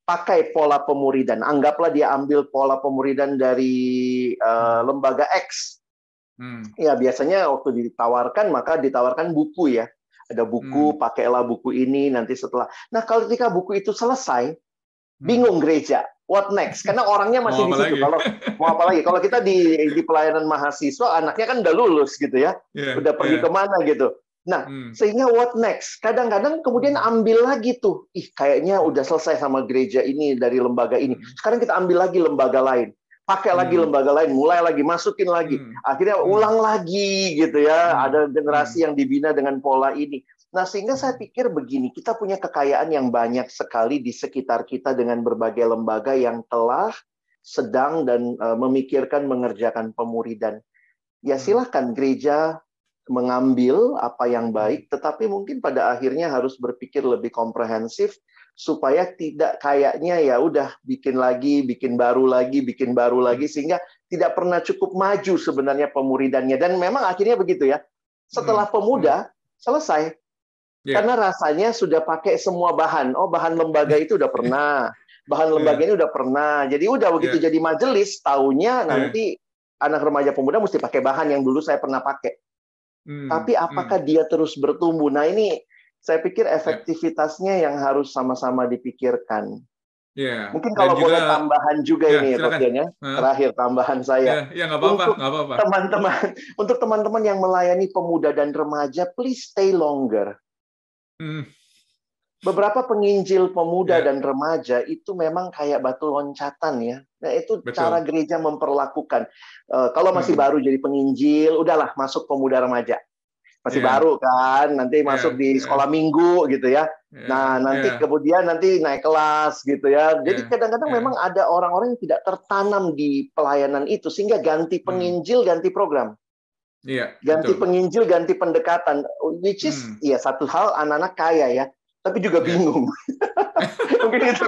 pakai pola pemuridan. Anggaplah dia ambil pola pemuridan dari uh, lembaga X. Hmm. Ya, biasanya waktu ditawarkan, maka ditawarkan buku ya. Ada buku, hmm. pakailah buku ini, nanti setelah. Nah, kalau ketika buku itu selesai, bingung gereja. What next? Karena orangnya masih di situ. Kalau mau apa lagi? Kalau kita di di pelayanan mahasiswa, anaknya kan udah lulus gitu ya, yeah, udah pergi yeah. kemana gitu. Nah, hmm. sehingga what next? Kadang-kadang kemudian ambil lagi tuh, ih kayaknya udah selesai sama gereja ini dari lembaga ini. Sekarang kita ambil lagi lembaga lain, pakai lagi hmm. lembaga lain, mulai lagi, masukin lagi. Hmm. Akhirnya ulang hmm. lagi gitu ya. Hmm. Ada generasi hmm. yang dibina dengan pola ini. Nah, sehingga saya pikir begini, kita punya kekayaan yang banyak sekali di sekitar kita dengan berbagai lembaga yang telah, sedang, dan uh, memikirkan mengerjakan pemuridan. Ya silahkan gereja mengambil apa yang baik, tetapi mungkin pada akhirnya harus berpikir lebih komprehensif, supaya tidak kayaknya ya udah bikin lagi, bikin baru lagi, bikin baru lagi, sehingga tidak pernah cukup maju sebenarnya pemuridannya. Dan memang akhirnya begitu ya, setelah pemuda, selesai. Yeah. Karena rasanya sudah pakai semua bahan. Oh, bahan lembaga itu udah pernah. Bahan lembaga yeah. ini udah pernah. Jadi udah begitu yeah. jadi majelis, taunya nanti yeah. anak remaja pemuda mesti pakai bahan yang dulu saya pernah pakai. Hmm. Tapi apakah hmm. dia terus bertumbuh? Nah, ini saya pikir efektivitasnya yeah. yang harus sama-sama dipikirkan. Yeah. Mungkin kalau juga, boleh tambahan juga yeah, ini, Rokianya. Huh? Terakhir tambahan saya. Ya, yeah, yeah, nggak apa-apa, untuk nggak apa-apa. Teman-teman, untuk teman-teman yang melayani pemuda dan remaja, please stay longer. Hmm. Beberapa penginjil pemuda yeah. dan remaja itu memang kayak batu loncatan ya. Nah, itu Betul. cara gereja memperlakukan. Uh, kalau masih hmm. baru jadi penginjil, udahlah masuk pemuda remaja. Masih yeah. baru kan, nanti yeah. masuk di sekolah yeah. minggu gitu ya. Yeah. Nah, nanti yeah. kemudian nanti naik kelas gitu ya. Jadi kadang-kadang yeah. yeah. memang ada orang-orang yang tidak tertanam di pelayanan itu, sehingga ganti penginjil, hmm. ganti program. Iya, ganti betul. penginjil, ganti pendekatan, which is hmm. ya satu hal anak-anak kaya ya, tapi juga bingung. Yeah. Mungkin itu.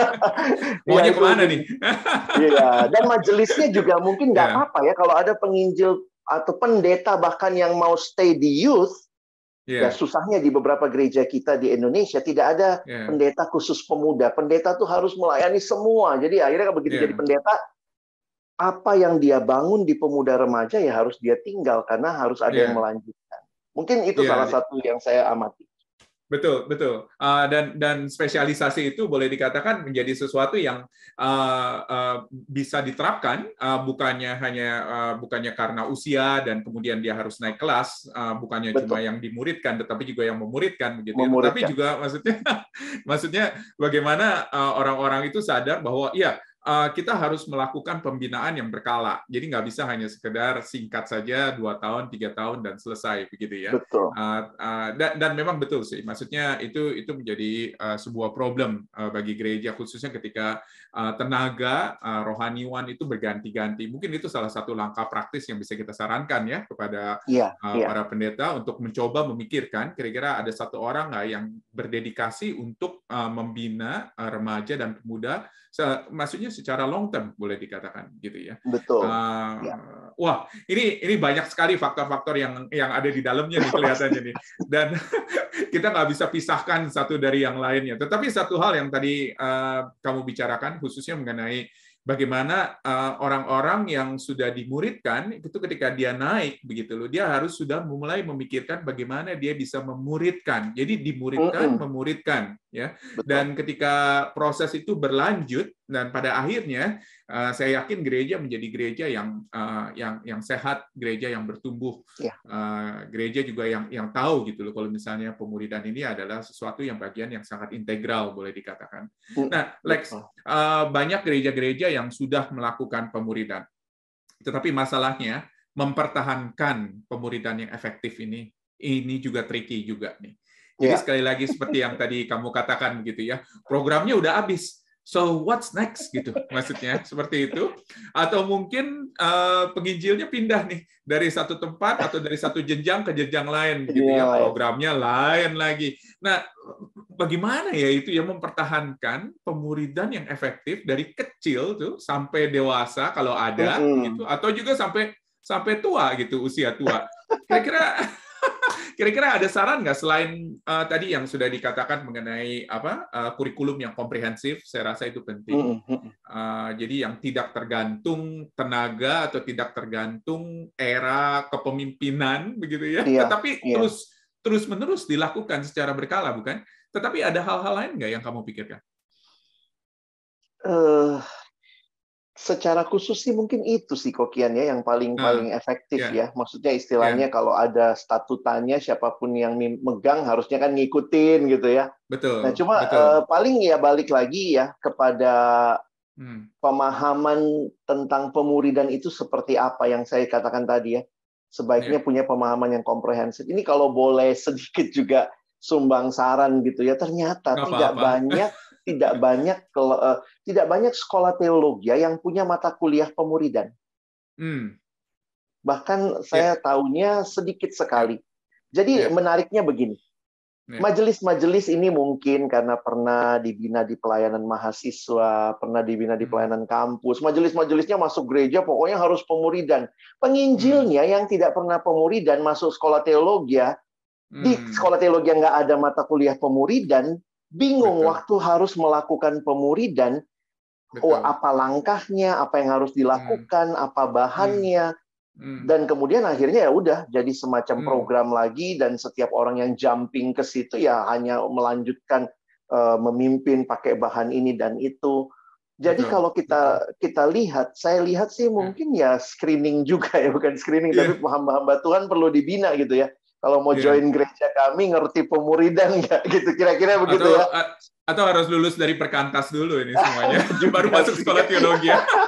Maunya ya, kemana itu, nih? Iya, dan majelisnya juga mungkin nggak yeah. apa-apa ya kalau ada penginjil atau pendeta bahkan yang mau stay di youth. Yeah. Ya susahnya di beberapa gereja kita di Indonesia tidak ada yeah. pendeta khusus pemuda. Pendeta tuh harus melayani semua. Jadi akhirnya begitu yeah. jadi pendeta, apa yang dia bangun di pemuda remaja ya harus dia tinggal karena harus ada yeah. yang melanjutkan. Mungkin itu yeah. salah satu yang saya amati. Betul, betul. Uh, dan dan spesialisasi itu boleh dikatakan menjadi sesuatu yang uh, uh, bisa diterapkan, uh, bukannya hanya uh, bukannya karena usia dan kemudian dia harus naik kelas, uh, bukannya betul. cuma yang dimuridkan, tetapi juga yang memuridkan, begitu. Ya. Tapi juga maksudnya, maksudnya bagaimana uh, orang-orang itu sadar bahwa ya. Uh, kita harus melakukan pembinaan yang berkala. Jadi nggak bisa hanya sekedar singkat saja dua tahun, tiga tahun dan selesai begitu ya. Betul. Uh, uh, dan, dan memang betul sih. Maksudnya itu itu menjadi uh, sebuah problem uh, bagi gereja khususnya ketika uh, tenaga uh, rohaniwan itu berganti-ganti. Mungkin itu salah satu langkah praktis yang bisa kita sarankan ya kepada yeah, uh, yeah. para pendeta untuk mencoba memikirkan kira-kira ada satu orang nggak yang berdedikasi untuk uh, membina uh, remaja dan pemuda. Maksudnya secara long term boleh dikatakan gitu ya. Betul. Uh, ya. Wah, ini ini banyak sekali faktor-faktor yang yang ada di dalamnya nih kelihatannya nih. Dan kita nggak bisa pisahkan satu dari yang lainnya. Tetapi satu hal yang tadi uh, kamu bicarakan khususnya mengenai bagaimana orang-orang uh, yang sudah dimuridkan itu ketika dia naik begitu loh, dia harus sudah mulai memikirkan bagaimana dia bisa memuridkan. Jadi dimuridkan, mm-hmm. memuridkan ya. Betul. Dan ketika proses itu berlanjut dan pada akhirnya uh, saya yakin gereja menjadi gereja yang uh, yang yang sehat, gereja yang bertumbuh, yeah. uh, gereja juga yang yang tahu gitu loh kalau misalnya pemuridan ini adalah sesuatu yang bagian yang sangat integral boleh dikatakan. Mm-hmm. Nah, Lex, uh, banyak gereja-gereja yang sudah melakukan pemuridan, tetapi masalahnya mempertahankan pemuridan yang efektif ini ini juga tricky juga nih. Jadi yeah. sekali lagi seperti yang tadi kamu katakan gitu ya, programnya udah habis. So what's next gitu maksudnya seperti itu, atau mungkin uh, penginjilnya pindah nih dari satu tempat atau dari satu jenjang ke jenjang lain gitu ya, programnya lain lagi. Nah, bagaimana ya itu ya mempertahankan pemuridan yang efektif dari kecil tuh sampai dewasa kalau ada mm-hmm. gitu, atau juga sampai sampai tua gitu, usia tua. Kira-kira Kira-kira ada saran nggak selain uh, tadi yang sudah dikatakan mengenai apa uh, kurikulum yang komprehensif? Saya rasa itu penting. Uh, jadi yang tidak tergantung tenaga atau tidak tergantung era kepemimpinan, begitu ya. Iya, Tetapi iya. terus terus menerus dilakukan secara berkala, bukan? Tetapi ada hal-hal lain nggak yang kamu pikirkan? Uh, secara khusus sih mungkin itu sih Kokian ya yang paling Nah, paling efektif ya, ya. Maksudnya istilahnya ya, kalau ada statutanya siapapun yang megang harusnya kan ngikutin gitu ya. Nah, betul, cuma uh, betul. paling ya balik lagi ya kepada Hmm. pemahaman tentang pemuridan itu seperti apa yang saya katakan tadi ya. Sebaiknya Ya. punya pemahaman yang komprehensif. Ini kalau boleh sedikit juga sumbang saran gitu ya. Ternyata Nggak tidak apa-apa. banyak tidak banyak uh, tidak banyak sekolah teologi yang punya mata kuliah pemuridan. Hmm. Bahkan Ya. saya tahunya sedikit sekali. Ya. Jadi Ya. menariknya begini. Ya. Majelis-majelis ini mungkin karena pernah dibina di pelayanan mahasiswa, pernah dibina di pelayanan kampus. Majelis-majelisnya masuk gereja, pokoknya harus pemuridan. Penginjilnya yang tidak pernah pemuridan masuk sekolah teologi, ya, di sekolah teologi yang nggak ada mata kuliah pemuridan, bingung Betul. waktu harus melakukan pemuridan. Oh, apa langkahnya, apa yang harus dilakukan, apa bahannya. Dan kemudian akhirnya ya udah jadi semacam program lagi dan setiap orang yang jumping ke situ ya hanya melanjutkan uh, memimpin pakai bahan ini dan itu. Jadi Betul, kalau kita betul. kita lihat, saya lihat sih mungkin ya, ya screening juga ya, bukan screening Yeah. tapi hamba-hamba Tuhan perlu dibina gitu ya. Kalau mau Yeah. join gereja kami ngerti pemuridan nggak gitu, kira-kira begitu atau, ya. Atau harus lulus dari perkantas dulu ini semuanya, baru masuk sih. sekolah teologi.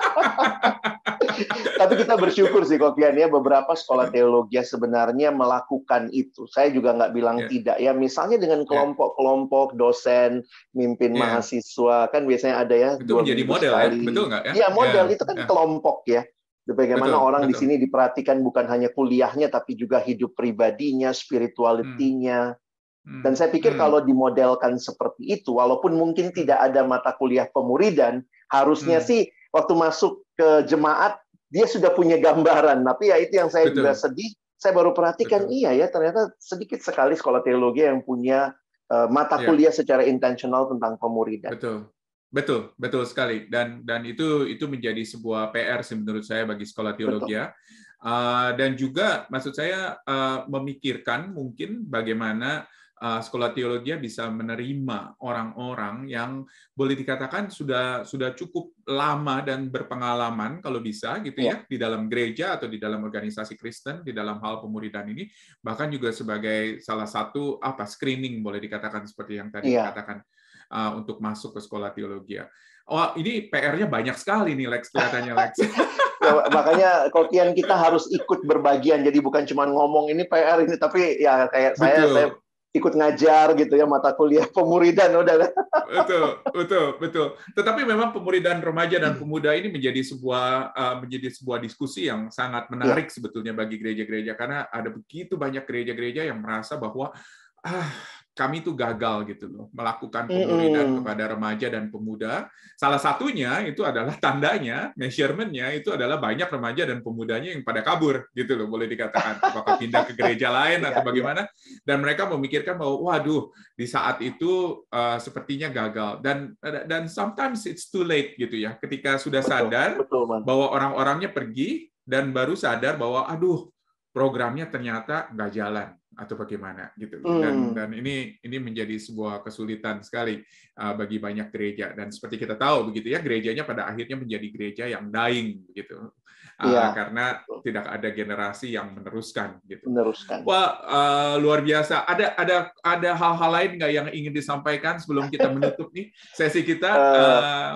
Tapi kita bersyukur sih Kokian ya, beberapa sekolah teologi sebenarnya melakukan itu. Saya juga nggak bilang yeah. tidak ya. Misalnya dengan kelompok-kelompok dosen, mimpin yeah. mahasiswa, kan biasanya ada ya itu dua menjadi minggu model sekali. ya, betul nggak ya? Iya model yeah. itu kan yeah. kelompok ya. Bagaimana betul, orang betul. di sini diperhatikan bukan hanya kuliahnya, tapi juga hidup pribadinya, spiritualitinya. Hmm. Dan saya pikir hmm. kalau dimodelkan seperti itu, walaupun mungkin hmm. tidak ada mata kuliah pemuridan, harusnya hmm. sih waktu masuk ke jemaat dia sudah punya gambaran. Tapi ya itu yang saya Betul. juga sedih. Saya baru perhatikan, Betul. iya ya, ternyata sedikit sekali sekolah teologi yang punya uh, mata yeah. kuliah secara intensional tentang pemuridan. Betul. Betul, betul sekali. Dan dan itu itu menjadi sebuah P R sih menurut saya bagi sekolah teologi ya. Uh, dan juga maksud saya uh, memikirkan mungkin bagaimana uh, sekolah teologi bisa menerima orang-orang yang boleh dikatakan sudah sudah cukup lama dan berpengalaman kalau bisa gitu ya, ya di dalam gereja atau di dalam organisasi Kristen di dalam hal pemuridan ini, bahkan juga sebagai salah satu apa screening boleh dikatakan seperti yang tadi ya. dikatakan. Uh, untuk masuk ke sekolah teologi. Oh, ini P R-nya banyak sekali nih, Lex, kelihatannya, Lex. Ya, makanya Kokian kita harus ikut berbagian, jadi bukan cuma ngomong ini P R ini, tapi ya kayak betul. saya, saya ikut ngajar gitu ya, mata kuliah pemuridan udah. Betul, betul, betul. Tetapi memang pemuridan remaja dan pemuda ini menjadi sebuah uh, menjadi sebuah diskusi yang sangat menarik ya. Sebetulnya bagi gereja-gereja, karena ada begitu banyak gereja-gereja yang merasa bahwa ah kami itu gagal gitu loh melakukan pemuridan mm-hmm. kepada remaja dan pemuda. Salah satunya itu adalah tandanya, measurement-nya itu adalah banyak remaja dan pemudanya yang pada kabur gitu loh, boleh dikatakan apakah pindah ke gereja lain atau bagaimana. Dan mereka memikirkan bahwa waduh di saat itu uh, sepertinya gagal dan dan sometimes it's too late gitu ya. Ketika sudah betul, sadar betul, bahwa orang-orangnya pergi dan baru sadar bahwa aduh programnya ternyata nggak jalan atau bagaimana gitu loh. Dan dan ini ini menjadi sebuah kesulitan sekali uh, bagi banyak gereja, dan seperti kita tahu begitu ya, gerejanya pada akhirnya menjadi gereja yang dying begitu uh, ya, karena betul. Tidak ada generasi yang meneruskan gitu. Meneruskan. Wah, uh, luar biasa. Ada ada ada hal-hal lain nggak yang ingin disampaikan sebelum kita menutup nih sesi kita? Uh, uh,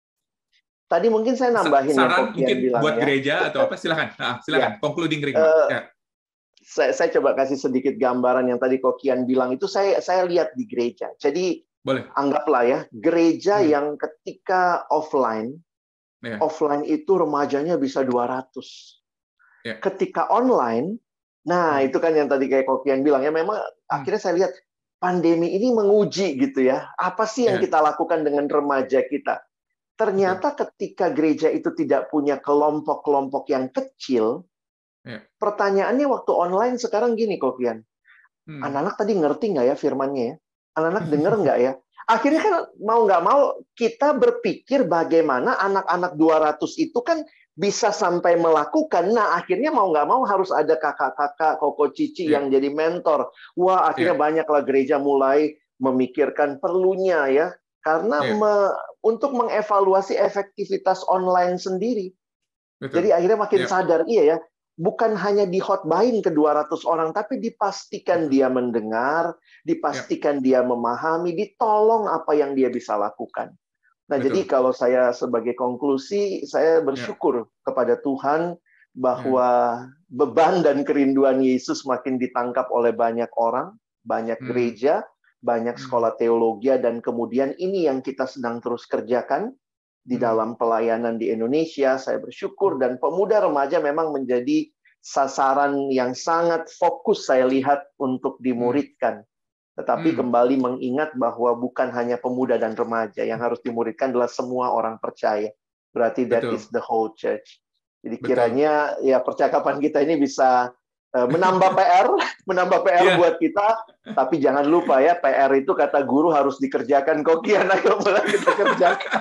Tadi mungkin saya nambahin saran yang mungkin bilang, buat ya. gereja atau apa, silakan. Nah, silakan. Ya. Concluding remark. Uh, ya. Saya, saya coba kasih sedikit gambaran yang tadi Kokian bilang itu saya saya lihat di gereja. Jadi boleh anggaplah ya gereja hmm. yang ketika offline, yeah. offline itu remajanya bisa dua ratus. Yeah. Ketika online, nah hmm. itu kan yang tadi kayak Kokian bilang ya, memang hmm. akhirnya saya lihat pandemi ini menguji gitu ya. Apa sih yang yeah. kita lakukan dengan remaja kita? Ternyata Betul. Ketika gereja itu tidak punya kelompok-kelompok yang kecil, ya. Pertanyaannya waktu online sekarang gini, Kokian. Hmm. Anak-anak tadi ngerti nggak ya firman-nya ya? Anak-anak denger nggak ya? Akhirnya kan mau nggak mau kita berpikir bagaimana anak-anak dua ratus itu kan bisa sampai melakukan. Nah, akhirnya mau nggak mau harus ada kakak-kakak, koko cici Yeah. yang jadi mentor. Wah, akhirnya Yeah. banyaklah gereja mulai memikirkan perlunya ya. Karena Yeah. me, untuk mengevaluasi efektivitas online sendiri. Betul. Jadi akhirnya makin Yeah. sadar, iya ya, bukan hanya dihotbahin ke dua ratus orang, tapi dipastikan dia mendengar, dipastikan dia memahami, ditolong apa yang dia bisa lakukan. Nah, Betul. jadi kalau saya sebagai konklusi, saya bersyukur yeah. kepada Tuhan bahwa yeah. beban dan kerinduan Yesus makin ditangkap oleh banyak orang, banyak hmm. gereja, banyak sekolah teologi, dan kemudian ini yang kita sedang terus kerjakan di dalam pelayanan di Indonesia. Saya bersyukur, dan pemuda remaja memang menjadi sasaran yang sangat fokus saya lihat untuk dimuridkan. Tetapi hmm. kembali mengingat bahwa bukan hanya pemuda dan remaja, yang harus dimuridkan adalah semua orang percaya. Berarti that Betul. is the whole church. Jadi Betul. kiranya ya percakapan kita ini bisa uh, menambah P R, menambah P R yeah. buat kita. Tapi jangan lupa ya, P R itu kata guru harus dikerjakan. Kok kian ayo mulai kita kerjakan.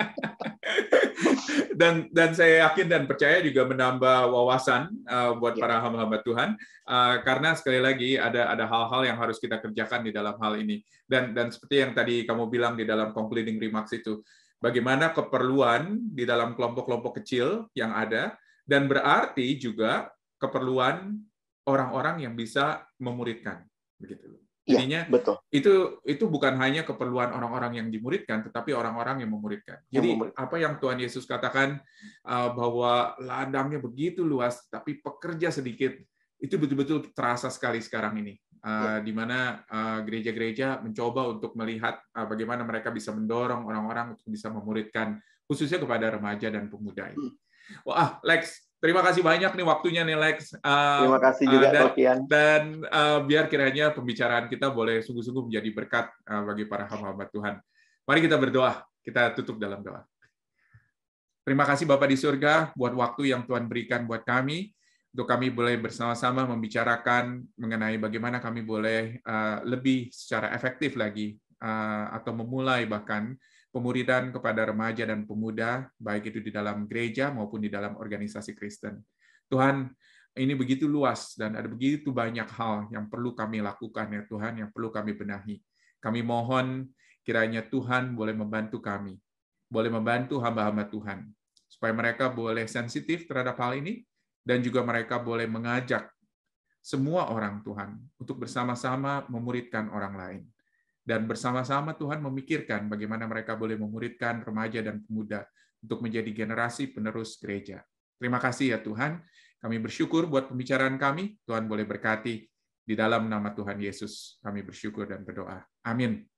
dan dan saya yakin dan percaya juga menambah wawasan uh, buat ya. para hamba-hamba Tuhan, uh, karena sekali lagi ada ada hal-hal yang harus kita kerjakan di dalam hal ini, dan dan seperti yang tadi kamu bilang di dalam concluding remarks itu, bagaimana keperluan di dalam kelompok-kelompok kecil yang ada, dan berarti juga keperluan orang-orang yang bisa memuridkan, begitu. Jadinya ya, betul. itu itu bukan hanya keperluan orang-orang yang dimuridkan, tetapi orang-orang yang memuridkan. Jadi yang memuridkan. apa yang Tuhan Yesus katakan uh, bahwa ladangnya begitu luas, tapi pekerja sedikit, itu betul-betul terasa sekali sekarang ini. Uh, ya. Di mana uh, gereja-gereja mencoba untuk melihat uh, bagaimana mereka bisa mendorong orang-orang untuk bisa memuridkan, khususnya kepada remaja dan pemuda ini. Wah, Lex, terima kasih banyak nih waktunya nih, Lex. Uh, terima kasih juga, uh, dan, Kokian. Dan uh, biar kiranya pembicaraan kita boleh sungguh-sungguh menjadi berkat uh, bagi para hamba-hamba Tuhan. Mari kita berdoa. Kita tutup dalam doa. Terima kasih Bapa di surga buat waktu yang Tuhan berikan buat kami, untuk kami boleh bersama-sama membicarakan mengenai bagaimana kami boleh uh, lebih secara efektif lagi, uh, atau memulai bahkan pemuridan kepada remaja dan pemuda, baik itu di dalam gereja maupun di dalam organisasi Kristen. Tuhan, ini begitu luas dan ada begitu banyak hal yang perlu kami lakukan ya Tuhan, yang perlu kami benahi. Kami mohon kiranya Tuhan boleh membantu kami, boleh membantu hamba-hamba Tuhan, supaya mereka boleh sensitif terhadap hal ini, dan juga mereka boleh mengajak semua orang Tuhan untuk bersama-sama memuridkan orang lain. Dan bersama-sama Tuhan memikirkan bagaimana mereka boleh memuridkan remaja dan pemuda untuk menjadi generasi penerus gereja. Terima kasih ya Tuhan. Kami bersyukur buat pembicaraan kami. Tuhan boleh berkati. Di dalam nama Tuhan Yesus kami bersyukur dan berdoa. Amin.